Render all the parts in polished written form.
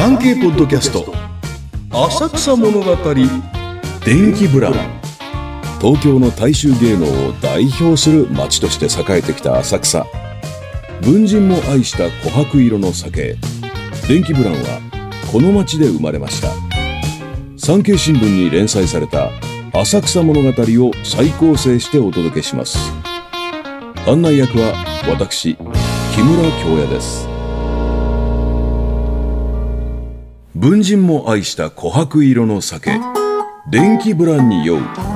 産経ポッドキャスト浅草物語電気ブラン。 東京の大衆芸能を代表する街として栄えてきた浅草。文人も愛した琥珀色の酒電気ブランはこの街で生まれました。産経新聞に連載された浅草物語を再構成してお届けします。案内役は私木村京也です。文人も愛した琥珀色の酒電気ブランに酔う。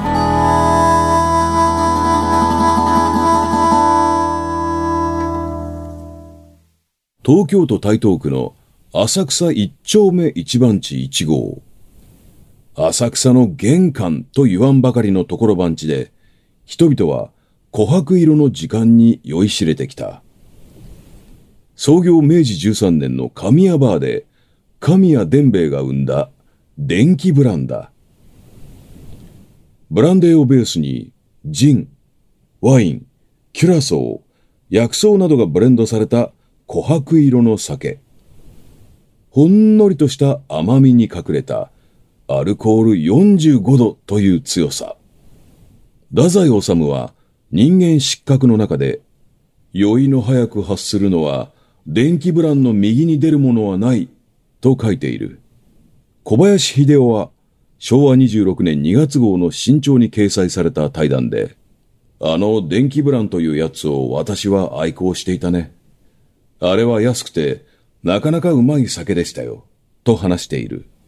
東京都台東区の浅草一丁目一番地1号。浅草の玄関と言わんばかりのところ番地で、人々は琥珀色の時間に酔いしれてきた。創業明治13年の神谷バーで、神谷伝兵衛が生んだ電気ブランだ。ブランデーをベースに、ジン、ワイン、キュラソー、薬草などがブレンドされた琥珀色の酒。ほんのりとした甘みに隠れたアルコール45度という強さ。太宰治は人間失格の中で、酔いの早く発するのは電気ブランの右に出るものはないと書いている。小林秀夫は昭和26年2月号の新潮に掲載された対談で、あの電気ブランというやつを私は愛好していたね。あれは安くてなかなかうまい酒でしたよ、と話している。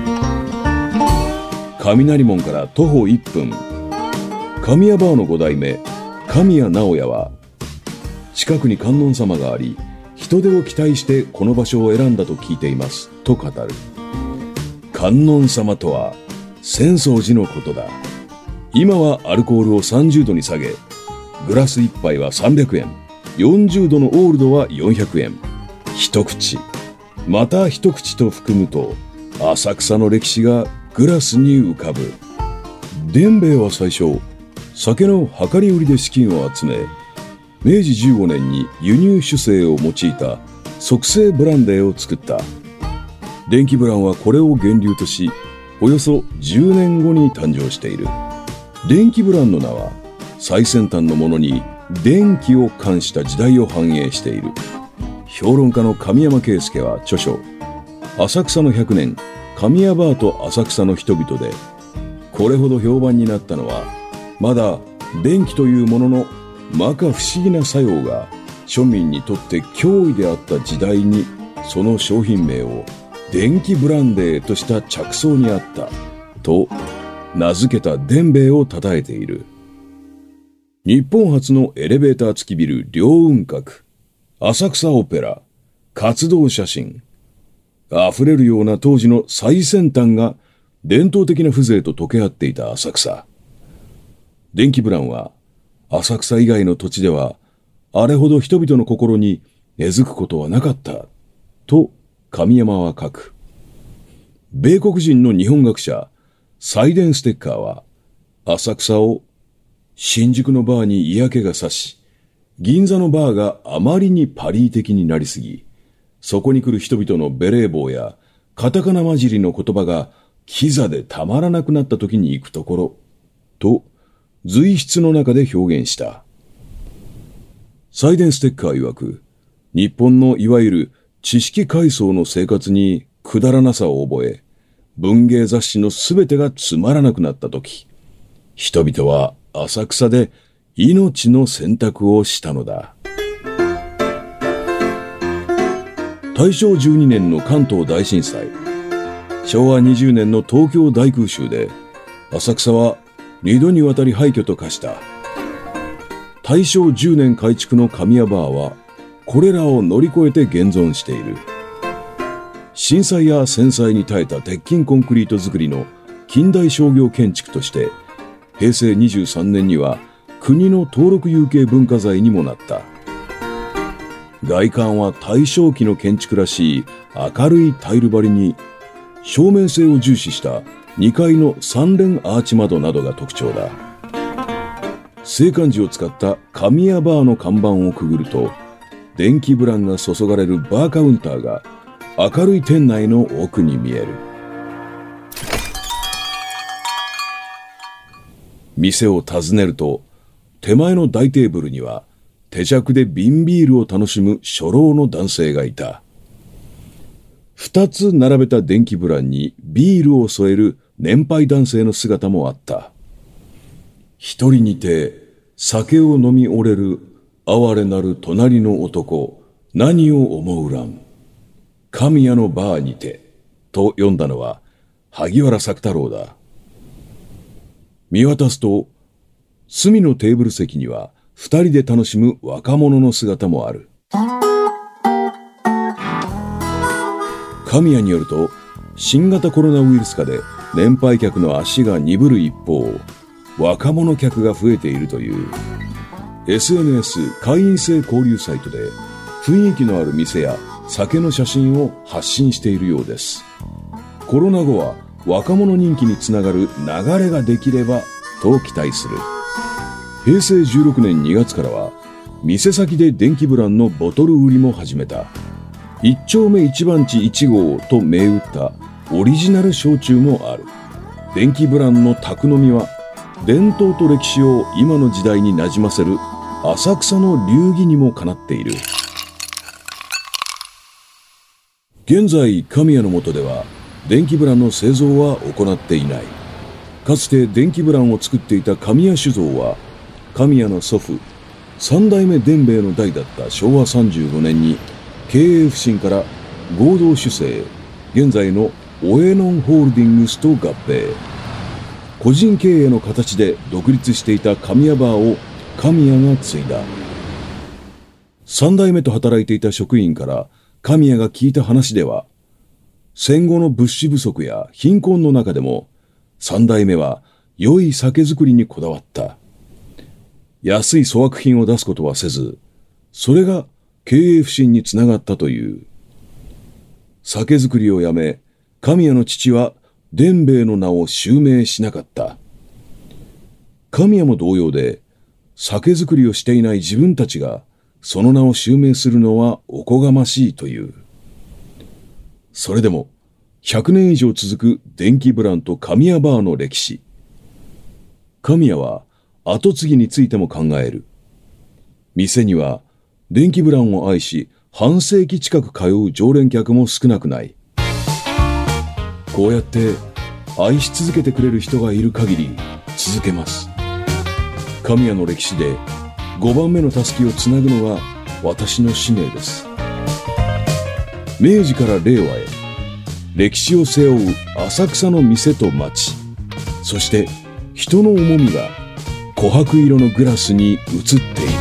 雷門から徒歩1分。神谷バーの5代目、神谷直也は、近くに観音様があり、人手を期待してこの場所を選んだと聞いています、と語る。観音様とは、浅草寺のことだ。今はアルコールを30度に下げ、グラス1杯は300円、40度のオールドは400円。一口、また一口と含むと、浅草の歴史がグラスに浮かぶ。伝兵衛は最初、酒の量り売りで資金を集め、明治15年に輸入酒精を用いた促成ブランデーを作った。電気ブランはこれを源流とし、およそ10年後に誕生している。電気ブランの名は、最先端のものに電気を冠した時代を反映している。評論家の神山圭介は著書、浅草の100年、神谷バーと浅草の人々で、これほど評判になったのは、まだ電気というものの摩訶不思議な作用が庶民にとって脅威であった時代に、その商品名を電気ブランデーとした着想にあったと名付けた伝兵衛を称えている。日本初のエレベーター付きビル凌雲閣、浅草オペラ、活動写真、溢れるような当時の最先端が伝統的な風情と溶け合っていた浅草。電気ブランは浅草以外の土地ではあれほど人々の心に根付くことはなかったと神山は書く。米国人の日本学者サイデンステッカーは浅草を新宿のバーに嫌気がさし、銀座のバーがあまりにパリー的になりすぎ、そこに来る人々のベレー帽やカタカナ混じりの言葉がキザでたまらなくなった時に行くところと随筆の中で表現した。サイデンステッカー曰く、日本のいわゆる知識階層の生活にくだらなさを覚え、文芸雑誌のすべてがつまらなくなった時、人々は浅草で命の選択をしたのだ。大正12年の関東大震災、昭和20年の東京大空襲で、浅草は2度にわたり廃墟と化した。大正10年改築の神谷バーは、これらを乗り越えて現存している。震災や戦災に耐えた鉄筋コンクリート造りの近代商業建築として、平成23年には国の登録有形文化財にもなった。外観は大正期の建築らしい明るいタイル張りに、照明性を重視した2階の3連アーチ窓などが特徴だ。青函寺を使った神谷バーの看板をくぐると、電気ブランが注がれるバーカウンターが明るい店内の奥に見える。店を訪ねると、手前の大テーブルには手酌で瓶ビールを楽しむ初老の男性がいた。二つ並べた電気ブランにビールを添える年配男性の姿もあった。一人にて酒を飲み折れる哀れなる隣の男、何を思うらん。神谷のバーにて、と読んだのは萩原作太郎だ。見渡すと、隅のテーブル席には二人で楽しむ若者の姿もある。神谷によると、新型コロナウイルス禍で年配客の足が鈍る一方、若者客が増えているという。SNS 会員制交流サイトで雰囲気のある店や酒の写真を発信しているようです。コロナ後は若者人気につながる流れができればと期待する。平成16年2月からは店先で電気ブランのボトル売りも始めた。一丁目一番地1号と銘打ったオリジナル焼酎もある。電気ブランの宅飲みは伝統と歴史を今の時代に馴染ませる浅草の流儀にもかなっている。現在神谷の下では電気ブランの製造は行っていない。かつて電気ブランを作っていた神谷酒造は神谷の祖父三代目伝兵衛の代だった昭和35年に経営不振から合同主製現在のオエノンホールディングスと合併。個人経営の形で独立していた神谷バーを神谷が継いだ。三代目と働いていた職員から神谷が聞いた話では、戦後の物資不足や貧困の中でも三代目は良い酒造りにこだわった。安い粗悪品を出すことはせず、それが経営不振につながったという。酒造りをやめ、神谷の父は伝兵衛の名を襲名しなかった。神谷も同様で、酒造りをしていない自分たちがその名を襲名するのはおこがましいという。それでも100年以上続く電気ブランと神谷バーの歴史。神谷は後継ぎについても考える。店には電気ブランを愛し半世紀近く通う常連客も少なくない。こうやって愛し続けてくれる人がいる限り続けます。神谷の歴史で5番目のたすきをつなぐのが私の使命です。明治から令和へ、歴史を背負う浅草の店と街、そして人の重みが琥珀色のグラスに映っている。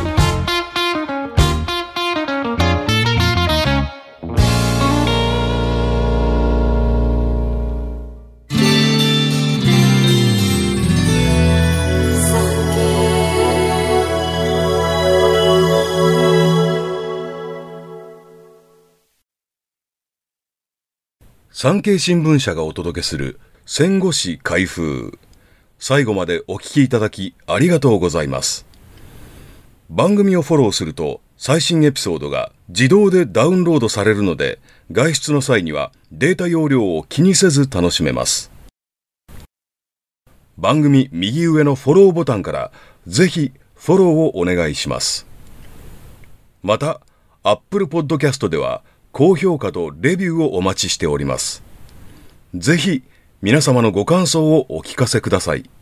産経新聞社がお届けする戦後史開封。最後までお聞きいただきありがとうございます。番組をフォローすると最新エピソードが自動でダウンロードされるので、外出の際にはデータ容量を気にせず楽しめます。番組右上のフォローボタンからぜひフォローをお願いします。また、Apple Podcast では高評価とレビューをお待ちしております。ぜひ皆様のご感想をお聞かせください。